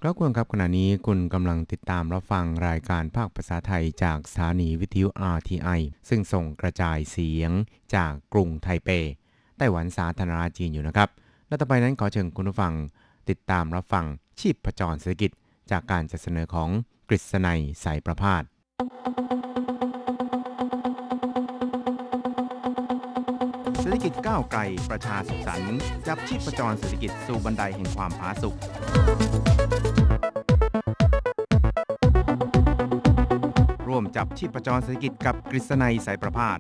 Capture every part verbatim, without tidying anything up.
ครับคุณครับขณะนี้คุณกำลังติดตามรับฟังรายการภาคภาษาไทยจากสถานีวิทยุ อาร์ ที ไอ ซึ่งส่งกระจายเสียงจากกรุงไทเปไต้หวันสาธารณรัฐจีนอยู่นะครับและต่อไปนั้นขอเชิญคุณผู้ฟังติดตามรับฟังชีพจรเศรษฐกิจจากการจัดเสนอของกฤษณัยสายประพาสเศรษฐกิจก้าวไกลประชาสุขสันต์จับชีพจรเศรษฐกิจสู่บันไดแห่งความผาสุก ร่วมจับชีพจรเศรษฐกิจกับกฤษณัยสายประพาส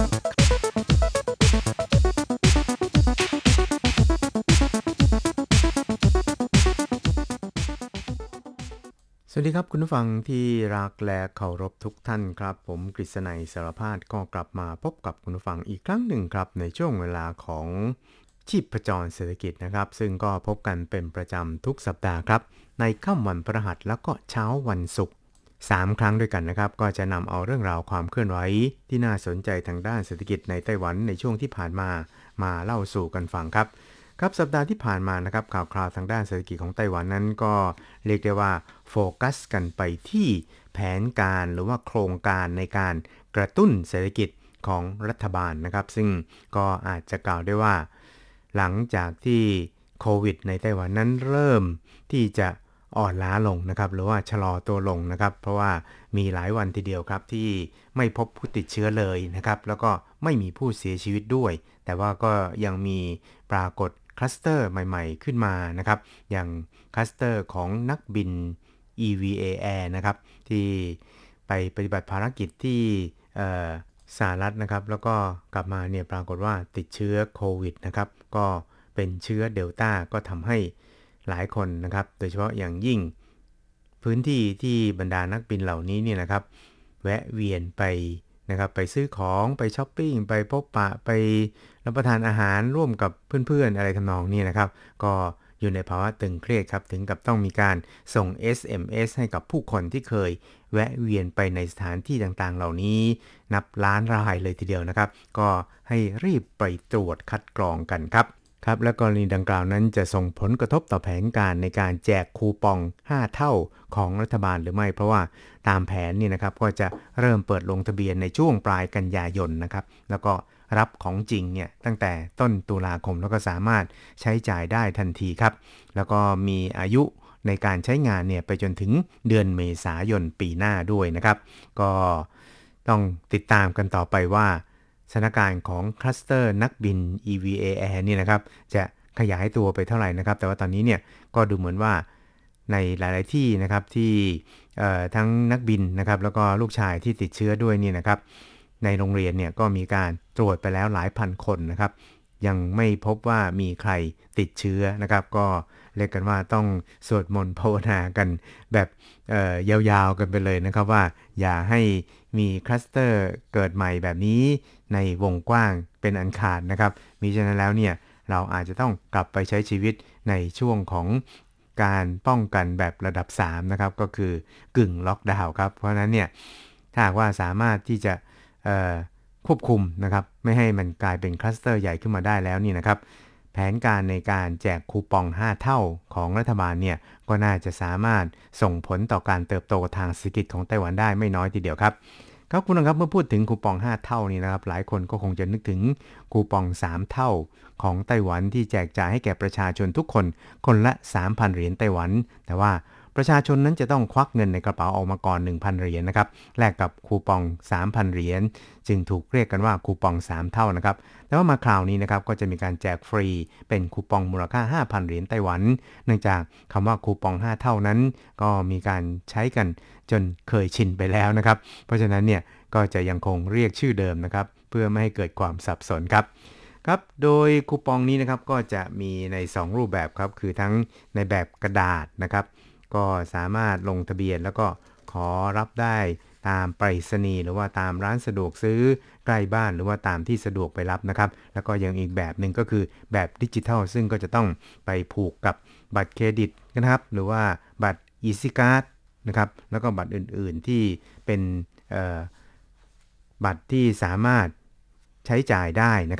สวัสดีครับคุณผู้ฟังที่รักและเคารพทุกท่านครับผมกฤษณัยสารพาสก็กลับมาพบกับคุณผู้ฟังอีกครั้งหนึ่งครับในช่วงเวลาของชีพจรเศรษฐกิจนะครับซึ่งก็พบกันเป็นประจำทุกสัปดาห์ครับในค่ำวันพฤหัสแล้วก็เช้าวันศุกร์สามครั้งด้วยกันนะครับก็จะนำเอาเรื่องราวความเคลื่อนไหวที่น่าสนใจทางด้านเศรษฐกิจในไต้หวันในช่วงที่ผ่านมามาเล่าสู่กันฟังครับครับสัปดาห์ที่ผ่านมานะครับข่าวคราวทางด้านเศรษฐกิจของไต้หวันนั้นก็เรียกได้ว่าโฟกัสกันไปที่แผนการหรือว่าโครงการในการกระตุ้นเศรษฐกิจของรัฐบาลนะครับซึ่งก็อาจจะกล่าวได้ว่าหลังจากที่โควิดในไต้หวันนั้นเริ่มที่จะอ่อนล้าลงนะครับหรือว่าชะลอตัวลงนะครับเพราะว่ามีหลายวันทีเดียวครับที่ไม่พบผู้ติดเชื้อเลยนะครับแล้วก็ไม่มีผู้เสียชีวิตด้วยแต่ว่าก็ยังมีปรากฏคลัสเตอร์ใหม่ๆขึ้นมานะครับอย่างคลัสเตอร์ของนักบิน อี วี เอ Air นะครับที่ไปปฏิบัติภารกิจที่สหรัฐนะครับแล้วก็กลับมาเนี่ยปรากฏว่าติดเชื้อโควิดนะครับก็เป็นเชื้อเดลต้าก็ทำให้หลายคนนะครับโดยเฉพาะอย่างยิ่งพื้นที่ที่บรรดานักบินเหล่านี้เนี่ยนะครับแวะเวียนไปนะครับไปซื้อของไปช้อปปิ้งไปพบปะไปรับประทานอาหารร่วมกับเพื่อนๆอะไรทำนองนี้นะครับก็อยู่ในภาวะตึงเครียดครับถึงกับต้องมีการส่ง เอส เอ็ม เอส ให้กับผู้คนที่เคยแวะเวียนไปในสถานที่ต่างๆเหล่านี้นับล้านรายเลยทีเดียวนะครับก็ให้รีบไปตรวจคัดกรองกันครับครับและกรณีดังกล่าวนั้นจะส่งผลกระทบต่อแผนการในการแจกคูปองห้าเท่าของรัฐบาลหรือไม่เพราะว่าตามแผนนี่นะครับก็จะเริ่มเปิดลงทะเบียนในช่วงปลายกันยายนนะครับแล้วก็รับของจริงเนี่ยตั้งแต่ต้นตุลาคมแล้วก็สามารถใช้จ่ายได้ทันทีครับแล้วก็มีอายุในการใช้งานเนี่ยไปจนถึงเดือนเมษายนปีหน้าด้วยนะครับก็ต้องติดตามกันต่อไปว่าสถานการณ์ของคลัสเตอร์นักบิน อี วี เอ Air นี่นะครับจะขยายตัวไปเท่าไหร่นะครับแต่ว่าตอนนี้เนี่ยก็ดูเหมือนว่าในหลายๆที่นะครับที่ทั้งนักบินนะครับแล้วก็ลูกชายที่ติดเชื้อด้วยนี่นะครับในโรงเรียนเนี่ยก็มีการตรวจไปแล้วหลายพันคนนะครับยังไม่พบว่ามีใครติดเชื้อนะครับก็เรียกกันว่าต้องสวดมนต์ภาวนากันแบบยาวๆกันไปเลยนะครับว่าอย่าให้มีคลัสเตอร์เกิดใหม่แบบนี้ในวงกว้างเป็นอันขาดนะครับมิฉะนั้นแล้วเนี่ยเราอาจจะต้องกลับไปใช้ชีวิตในช่วงของการป้องกันแบบระดับสามนะครับก็คือกึ่งล็อกดาวน์ครับเพราะฉะนั้นเนี่ยถ้าหากว่าสามารถที่จะควบคุมนะครับไม่ให้มันกลายเป็นคลัสเตอร์ใหญ่ขึ้นมาได้แล้วนี่นะครับแผนการในการแจกคูปองห้าเท่าของรัฐบาลเนี่ยก็น่าจะสามารถส่งผลต่อการเติบโตทางเศรษฐกิจของไต้หวันได้ไม่น้อยทีเดียวครับครับคุณครับเมื่อพูดถึงคูปองห้าเท่านี่นะครับหลายคนก็คงจะนึกถึงคูปองสามเท่าของไต้หวันที่แจกจ่ายให้แก่ประชาชนทุกคนคนละ สามพัน เหรียญไต้หวันแต่ว่าประชาชนนั้นจะต้องควักเงินในกระเป๋าออกมาก่อน หนึ่งพัน เหรียญนะครับแลกกับคูปอง สามพัน เหรียญจึงถูกเรียกกันว่าคูปองสามเท่านะครับแต่ว่ามาคราวนี้นะครับก็จะมีการแจกฟรีเป็นคูปองมูลค่า ห้าพัน เหรียญไต้หวันเนื่องจากคำว่าคูปองห้าเท่านั้นก็มีการใช้กันจนเคยชินไปแล้วนะครับเพราะฉะนั้นเนี่ยก็จะยังคงเรียกชื่อเดิมนะครับเพื่อไม่ให้เกิดความสับสนครับครับโดยคูปองนี้นะครับก็จะมีในสองรูปแบบครับคือทั้งในแบบกระดาษนะครับก็สามารถลงทะเบียนแล้วก็ขอรับได้ตามไปรษณีย์หรือว่าตามร้านสะดวกซื้อใกล้บ้านหรือว่าตามที่สะดวกไปรับนะครับแล้วก็ยังอีกแบบหนึ่งก็คือแบบดิจิทัลซึ่งก็จะต้องไปผูกกับบัตรเครดิตนะครับหรือว่าบัตร Easy Card นะครับแล้วก็บัตรอื่นๆที่เป็นบัตรที่สามารถใช้จ่ายได้นะครับ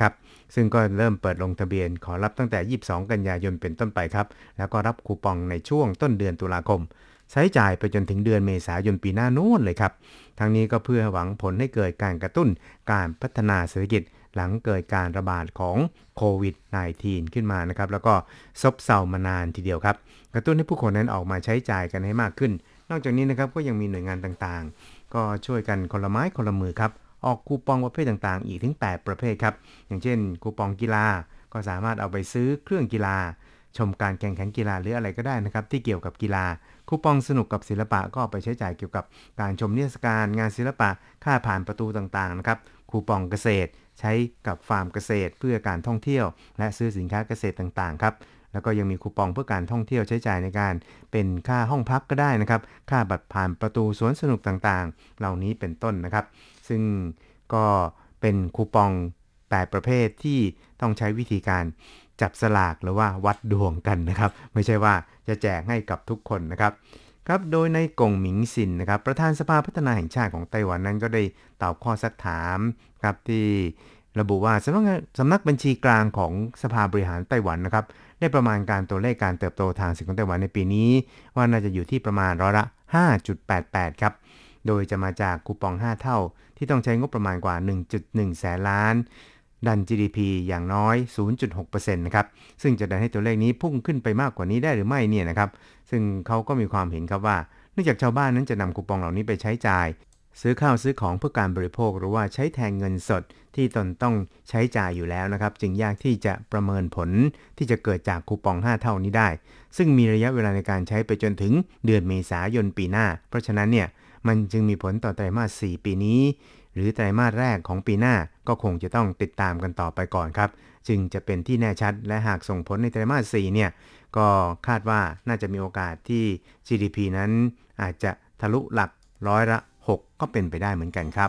ซึ่งก็เริ่มเปิดลงทะเบียนขอรับตั้งแต่ยี่สิบสองกันยายนเป็นต้นไปครับแล้วก็รับคูปองในช่วงต้นเดือนตุลาคมใช้จ่ายไปจนถึงเดือนเมษายนปีหน้าโน้นเลยครับทั้งนี้ก็เพื่อหวังผลให้เกิดการกระตุ้นการพัฒนาเศรษฐกิจหลังเกิดการระบาดของโควิด สิบเก้า ขึ้นมานะครับแล้วก็ซบเซามานานทีเดียวครับกระตุ้นให้ผู้คนนั้นออกมาใช้จ่ายกันให้มากขึ้นนอกจากนี้นะครับก็ยังมีหน่วยงานต่างๆก็ช่วยกันคนละไม้คนละมือครับออกคูปองประเภทต่างๆอีกถึงแปดประเภทครับอย่างเช่นคูปองกีฬาก็สามารถเอาไปซื้อเครื่องกีฬาชมการแข่งขันกีฬาหรืออะไรก็ได้นะครับที่เกี่ยวกับกีฬาคูปองสนุกกับศิลปะก็เอาไปใช้จ่ายเกี่ยวกับการชมนิทรรศการงานศิลปะค่าผ่านประตูต่างๆนะครับคูปองเกษตรใช้กับฟาร์มเกษตรเพื่อการท่องเที่ยวและซื้อสินค้าเกษตรต่างๆครับแล้วก็ยังมีคูปองเพื่อการท่องเที่ยวใช้จ่ายในการเป็นค่าห้องพักก็ได้นะครับค่าบัตรผ่านประตูสวนสนุกต่างๆเหล่านี้เป็นต้นนะครับซึ่งก็เป็นคูปองแปดประเภทที่ต้องใช้วิธีการจับสลากหรือว่าวัดดวงกันนะครับไม่ใช่ว่าจะแจกให้กับทุกคนนะครับครับโดยในกงหมิงซินนะครับประธานสภาพัฒนาแห่งชาติของไต้หวันนั้นก็ได้ตอบข้อซักถามครับที่ระบุว่าสำนักสำนักบัญชีกลางของสภาบริหารไต้หวันนะครับได้ประมาณการตัวเลขการเติบโตทางเศรษฐกิจของไต้หวันในปีนี้ว่าน่าจะอยู่ที่ประมาณร้อยละ ห้าจุดแปดแปด ครับโดยจะมาจากคูปองห้าเท่าที่ต้องใช้งบประมาณกว่า หนึ่งจุดหนึ่ง แสนล้านดัน จี ดี พี อย่างน้อย ศูนย์จุดหกเปอร์เซ็นต์ นะครับซึ่งจะดันให้ตัวเลขนี้พุ่งขึ้นไปมากกว่านี้ได้หรือไม่เนี่ยนะครับซึ่งเขาก็มีความเห็นครับว่าเนื่องจากชาวบ้านนั้นจะนำคูปองเหล่านี้ไปใช้จ่ายซื้อข้าวซื้อของเพื่อการบริโภคหรือว่าใช้แทนเงินสดที่ตนต้องใช้จ่ายอยู่แล้วนะครับจึงยากที่จะประเมินผลที่จะเกิดจากคูปองห้าเท่านี้ได้ซึ่งมีระยะเวลาในการใช้ไปจนถึงเดือนเมษายนปีหน้าเพราะฉะนั้นเนี่ยมันจึงมีผลต่อไตรมาสสี่ปีนี้หรือไตรมาสแรกของปีหน้าก็คงจะต้องติดตามกันต่อไปก่อนครับจึงจะเป็นที่แน่ชัดและหากส่งผลในไตรมาสสี่เนี่ยก็คาดว่าน่าจะมีโอกาสที่ จี ดี พี นั้นอาจจะทะลุหลักร้อยละหกก็เป็นไปได้เหมือนกันครับ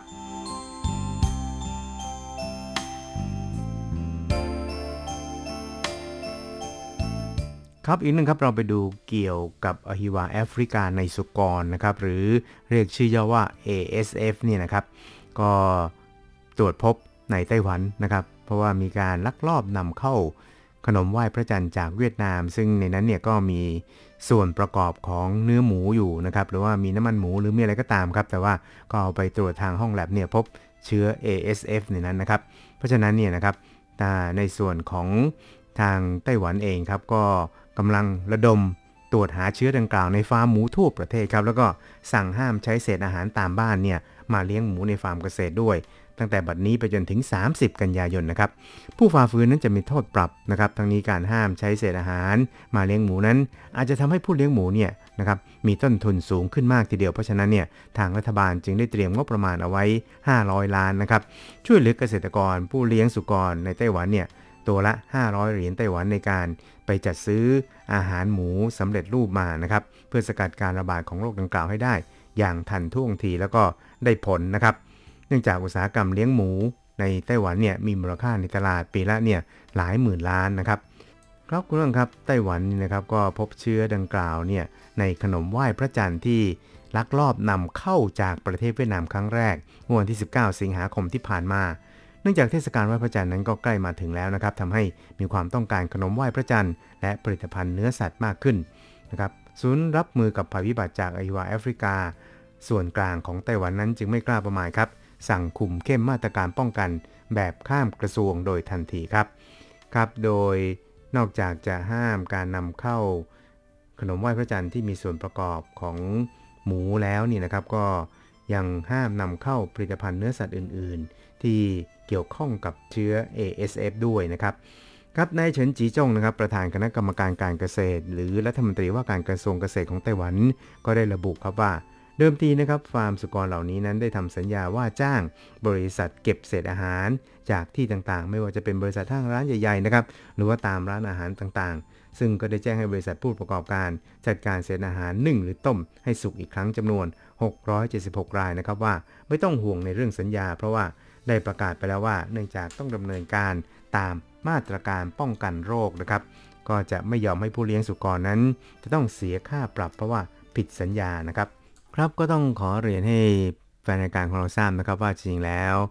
ครับอีกนึงครับเราไปดูเกี่ยวกับอหิวาแอฟริกาในสุกรนะครับหรือเรียกชื่อย่อว่า เอ เอส เอฟ เนี่ยนะครับก็ตรวจพบในไต้หวันนะครับเพราะว่ามีการลักลอบนำเข้าขนมไหว้พระจันทร์จากเวียดนามซึ่งในนั้นเนี่ยก็มีส่วนประกอบของเนื้อหมูอยู่นะครับหรือว่ามีน้ำมันหมูหรือมีอะไรก็ตามครับแต่ว่าก็เอาไปตรวจทางห้องแลบเนี่ยพบเชื้อ เอ เอส เอฟ ในนั้นนะครับเพราะฉะนั้นเนี่ยนะครับในส่วนของทางไต้หวันเองครับก็กำลังระดมตรวจหาเชื้อดังกล่าวในฟาร์มหมูทั่วประเทศครับแล้วก็สั่งห้ามใช้เศษอาหารตามบ้านเนี่ยมาเลี้ยงหมูในฟาร์มเกษตรด้วยตั้งแต่บัดนี้ไปจนถึงสามสิบกันยายนนะครับผู้ฝ่าฝืนนั้นจะมีโทษปรับนะครับทั้งนี้การห้ามใช้เศษอาหารมาเลี้ยงหมูนั้นอาจจะทำให้ผู้เลี้ยงหมูเนี่ยนะครับมีต้นทุนสูงขึ้นมากทีเดียวเพราะฉะนั้นเนี่ยทางรัฐบาลจึงได้เตรียมงบประมาณเอาไว้ห้าร้อยล้านนะครับช่วยเหลือเกษตรกรผู้เลี้ยงสุกรในไต้หวันเนี่ยตัวละห้าร้อยเหรียญไต้หวันในการไปจัดซื้ออาหารหมูสำเร็จรูปมานะครับเพื่อสกัดการระบาดของโรคดังกล่าวให้ได้อย่างทันท่วงทีแล้วก็ได้ผลนะครับเนื่องจากอุตสาหกรรมเลี้ยงหมูในไต้หวันเนี่ยมีมูลค่าในตลาดปีละเนี่ยหลายหมื่นล้านนะครับครับคุณผู้ชมครับไต้หวันนะครับก็พบเชื้อดังกล่าวเนี่ยในขนมไหว้พระจันทร์ที่ลักลอบนำเข้าจากประเทศเวียดนามครั้งแรกเมื่อวันที่สิบเก้าสิงหาคมที่ผ่านมาเนื่องจากเทศกาลไหว้พระจันทร์นั้นก็ใกล้มาถึงแล้วนะครับทำให้มีความต้องการขนมไหว้พระจันทร์และผลิตภัณฑ์เนื้อสัตว์มากขึ้นนะครับศูนย์รับมือกับภัยพิบัติจากอหิวาแอฟริกาส่วนกลางของไต้หวันนั้นจึงไม่กล้าประมาทครับสั่งคุมเข้มมาตรการป้องกันแบบข้ามกระทรวงโดยทันทีครับครับโดยนอกจากจะห้ามการนำเข้าขนมไหว้พระจันทร์ที่มีส่วนประกอบของหมูแล้วนี่นะครับก็ยังห้ามนำเข้าผลิตภัณฑ์เนื้อสัตว์อื่นๆที่เกี่ยวข้องกับเชื้อ เอ เอส เอฟ ด้วยนะครับครับนายเฉินจีจงนะครับประธานคณะกรรมการการเกษตรหรือรัฐมนตรีว่าการกระทรวงเกษตรของไต้หวันก็ได้ระบุครับว่าเดิมทีนะครับฟาร์มสุกรเหล่านี้นั้นได้ทำสัญญาว่าจ้างบริษัทเก็บเศษอาหารจากที่ต่างๆไม่ว่าจะเป็นบริษัทห้างร้านใหญ่ๆนะครับหรือว่าตามร้านอาหารต่างๆซึ่งก็ได้แจ้งให้บริษัทผู้ประกอบการจัดการเศษอาหารนึ่งหรือต้มให้สุกอีกครั้งจำนวนหกร้อยเจ็ดสิบหกรายนะครับว่าไม่ต้องห่วงในเรื่องสัญญาเพราะว่าได้ประกาศไปแล้วว่าเนื่องจากต้องดำเนินการตามมาตรการป้องกันโรคนะครับก็จะไม่ยอมให้ผู้เลี้ยงสุกรนั้นจะต้องเสียค่าปรับเพราะว่าผิดสัญญานะครับครับก็ต้องขอเรียนให้แฟนรายการของเราทราบนะครับว่าจริงๆแล้ว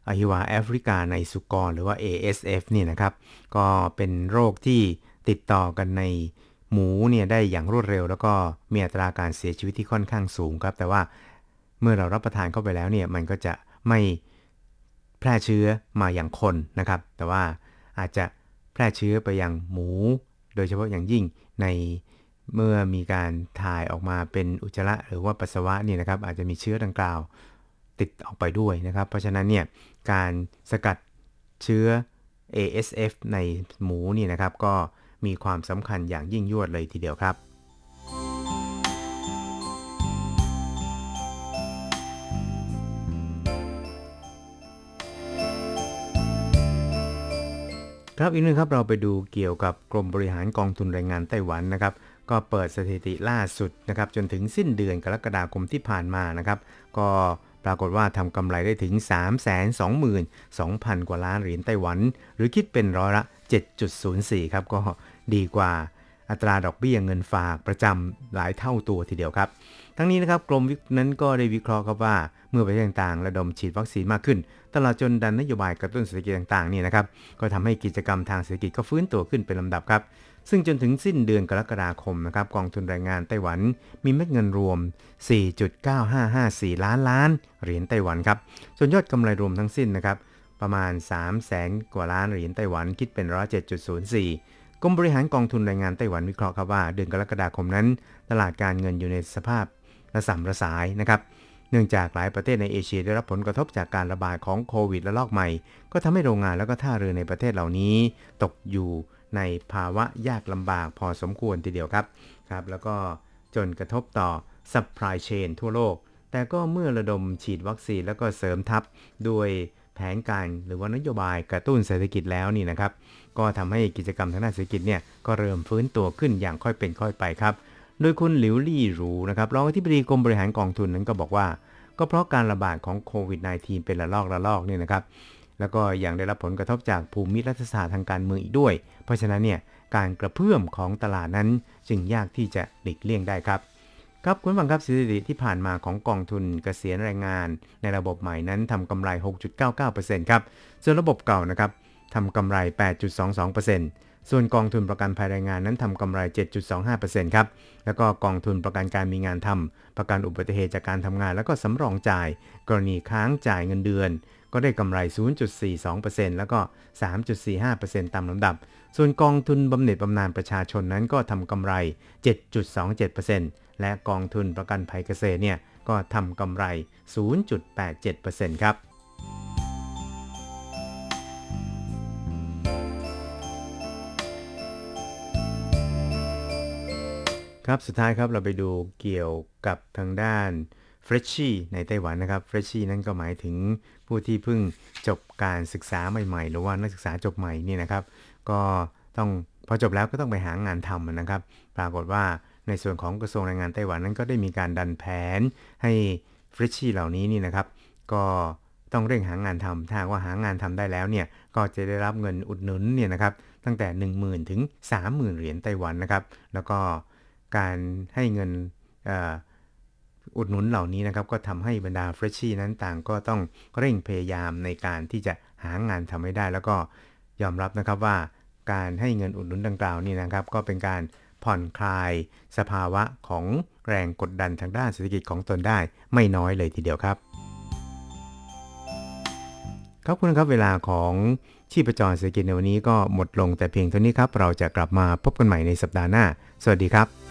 อหิวาแอฟริกาในสุกรหรือว่า เอ เอส เอฟ เนี่ยนะครับก็เป็นโรคที่ติดต่อกันในหมูเนี่ยได้อย่างรวดเร็วแล้วก็มีอัตราการเสียชีวิตที่ค่อนข้างสูงครับแต่ว่าเมื่อเรารับประทานเข้าไปแล้วเนี่ยมันก็จะไม่แพร่เชื้อมาอย่างคนนะครับแต่ว่าอาจจะแพร่เชื้อไปยังหมูโดยเฉพาะอย่างยิ่งในเมื่อมีการถ่ายออกมาเป็นอุจจาระหรือว่าปัสสาวะเนี่ยนะครับอาจจะมีเชื้อดังกล่าวติดออกไปด้วยนะครับเพราะฉะนั้นเนี่ยการสกัดเชื้อ เอ เอส เอฟ ในหมูนี่นะครับก็มีความสำคัญอย่างยิ่งยวดเลยทีเดียวครับครับอีกนึงครับเราไปดูเกี่ยวกับกรมบริหารกองทุนแรงงานไต้หวันนะครับก็เปิดสถิติล่าสุดนะครับจนถึงสิ้นเดือนกรกฎาคมที่ผ่านมานะครับก็ปรากฏว่าทำกำไรได้ถึง สามแสนสองหมื่นสองพัน กว่าล้านเหรียญไต้หวันหรือคิดเป็นร้อยละ เจ็ดจุดศูนย์สี่ ครับก็ดีกว่าอัตราดอกเบี้ยเงินฝากประจำหลายเท่าตัวทีเดียวครับทั้งนี้นะครับกรมวินั้นก็ได้วิเคราะห์ครับว่าเมื่อประเทศต่างๆระดมฉีดวัคซีนมากขึ้นตลอดจนดันนโยบายกระตุ้นเศรษฐกิจต่างๆนี่นะครับก็ทำให้กิจกรรมทางเศรษฐกิจก็ฟื้นตัวขึ้นเป็นลำดับครับซึ่งจนถึงสิ้นเดือนกรกฎาคมนะครับกองทุนแรงงานไต้หวันมีเม็ดเงินรวม สี่จุดเก้าห้าห้าสี่ ล้านล้านเหรียญไต้หวันครับส่วนยอดกำไรรวมทั้งสิ้นนะครับประมาณ สามแสน กว่าล้านเหรียญไต้หวันคิดเป็นร้อยละ เจ็ดจุดศูนย์สี่ กรมบริหารกองทุนแรงงานไต้หวันวิเคราะห์ครับว่าเดือนกรกฎาคมนั้นตลาดการเงินอยู่ในสภาพระส่ำระสายนะครับเนื่องจากหลายประเทศในเอเชียได้รับผลกระทบจากการระบาดของโควิดระลอกใหม่ก็ทำให้โรงงานและก็ท่าเรือในประเทศเหล่านี้ตกอยู่ในภาวะยากลำบากพอสมควรทีเดียวครับครับแล้วก็จนกระทบต่อ supply chain ทั่วโลกแต่ก็เมื่อระดมฉีดวัคซีนแล้วก็เสริมทัพด้วยแผนการหรือว่านโยบายกระตุ้นเศรษฐกิจแล้วนี่นะครับก็ทำให้กิจกรรมทางด้านเศรษฐกิจเนี่ยก็เริ่มฟื้นตัวขึ้นอย่างค่อยเป็นค่อยไปครับโดยคุณหลิวลี่หรูนะครับรองอธิบดีกรมบริหารกองทุนนั้นก็บอกว่าก็เพราะการระบาดของโควิด สิบเก้า เป็นระลอกระลอกนี่นะครับแล้วก็ยังได้รับผลกระทบจากภูมิรัฐศาสตร์ทางการเมืองอีกด้วยเพราะฉะนั้นเนี่ยการกระเพื่อมของตลาดนั้นจึงยากที่จะหลีกเลี่ยงได้ครับครับคุณฟังครับสถิติที่ผ่านมาของกองทุนเกษียณแรงงานในระบบใหม่นั้นทำกำไร หกจุดเก้าเก้าเปอร์เซ็นต์ ครับส่วนระบบเก่านะครับทำกำไร แปดจุดสองสองเปอร์เซ็นต์ ส่วนกองทุนประกันภัยแรงงานนั้นทำกำไร เจ็ดจุดสองห้าเปอร์เซ็นต์ ครับแล้วก็กองทุนประกันการมีงานทำประกันอุบัติเหตุจากการทำงานแล้วก็สำรองจ่ายกรณีค้างจ่ายเงินเดือนก็ได้กำไร ศูนย์จุดสี่สองเปอร์เซ็นต์ แล้วก็ สามจุดสี่ห้าเปอร์เซ็นต์ ตามลำดับส่วนกองทุนบำเหน็จบำนาญประชาชนนั้นก็ทำกำไร เจ็ดจุดสองเจ็ดเปอร์เซ็นต์ และกองทุนประกันภัยเกษตรเนี่ยก็ทำกำไร ศูนย์จุดแปดเจ็ดเปอร์เซ็นต์ ครับครับสุดท้ายครับเราไปดูเกี่ยวกับทางด้านเฟรชชี่ในไต้หวันนะครับเฟรชชี่นั้นก็หมายถึงผู้ที่เพิ่งจบการศึกษาใหม่ๆหรือว่านักศึกษาจบใหม่นี่นะครับก็ต้องพอจบแล้วก็ต้องไปหางานทำนะครับปรากฏว่าในส่วนของกระทรวงแรงงานไต้หวันนั้นก็ได้มีการดันแผนให้เฟรชชี่เหล่านี้นี่นะครับก็ต้องเร่งหางานทำถ้าว่าหางานทำได้แล้วเนี่ยก็จะได้รับเงินอุดหนุนเนี่ยนะครับตั้งแต่ หนึ่งหมื่น ถึง สามหมื่น เหรียญไต้หวันนะครับแล้วก็การให้เงินอุดหนุนเหล่านี้นะครับก็ทำให้บรรดาเฟรชชี่นั้นต่างก็ต้องเร่งพยายามในการที่จะหางานทำให้ได้แล้วก็ยอมรับนะครับว่าการให้เงินอุดหนุนดังกล่าวนี่นะครับก็เป็นการผ่อนคลายสภาวะของแรงกดดันทางด้านเศรษฐกิจของตนได้ไม่น้อยเลยทีเดียวครับครับคุณครับเวลาของชีพจรเศรษฐกิจในวันนี้ก็หมดลงแต่เพียงเท่านี้ครับเราจะกลับมาพบกันใหม่ในสัปดาห์หน้าสวัสดีครับ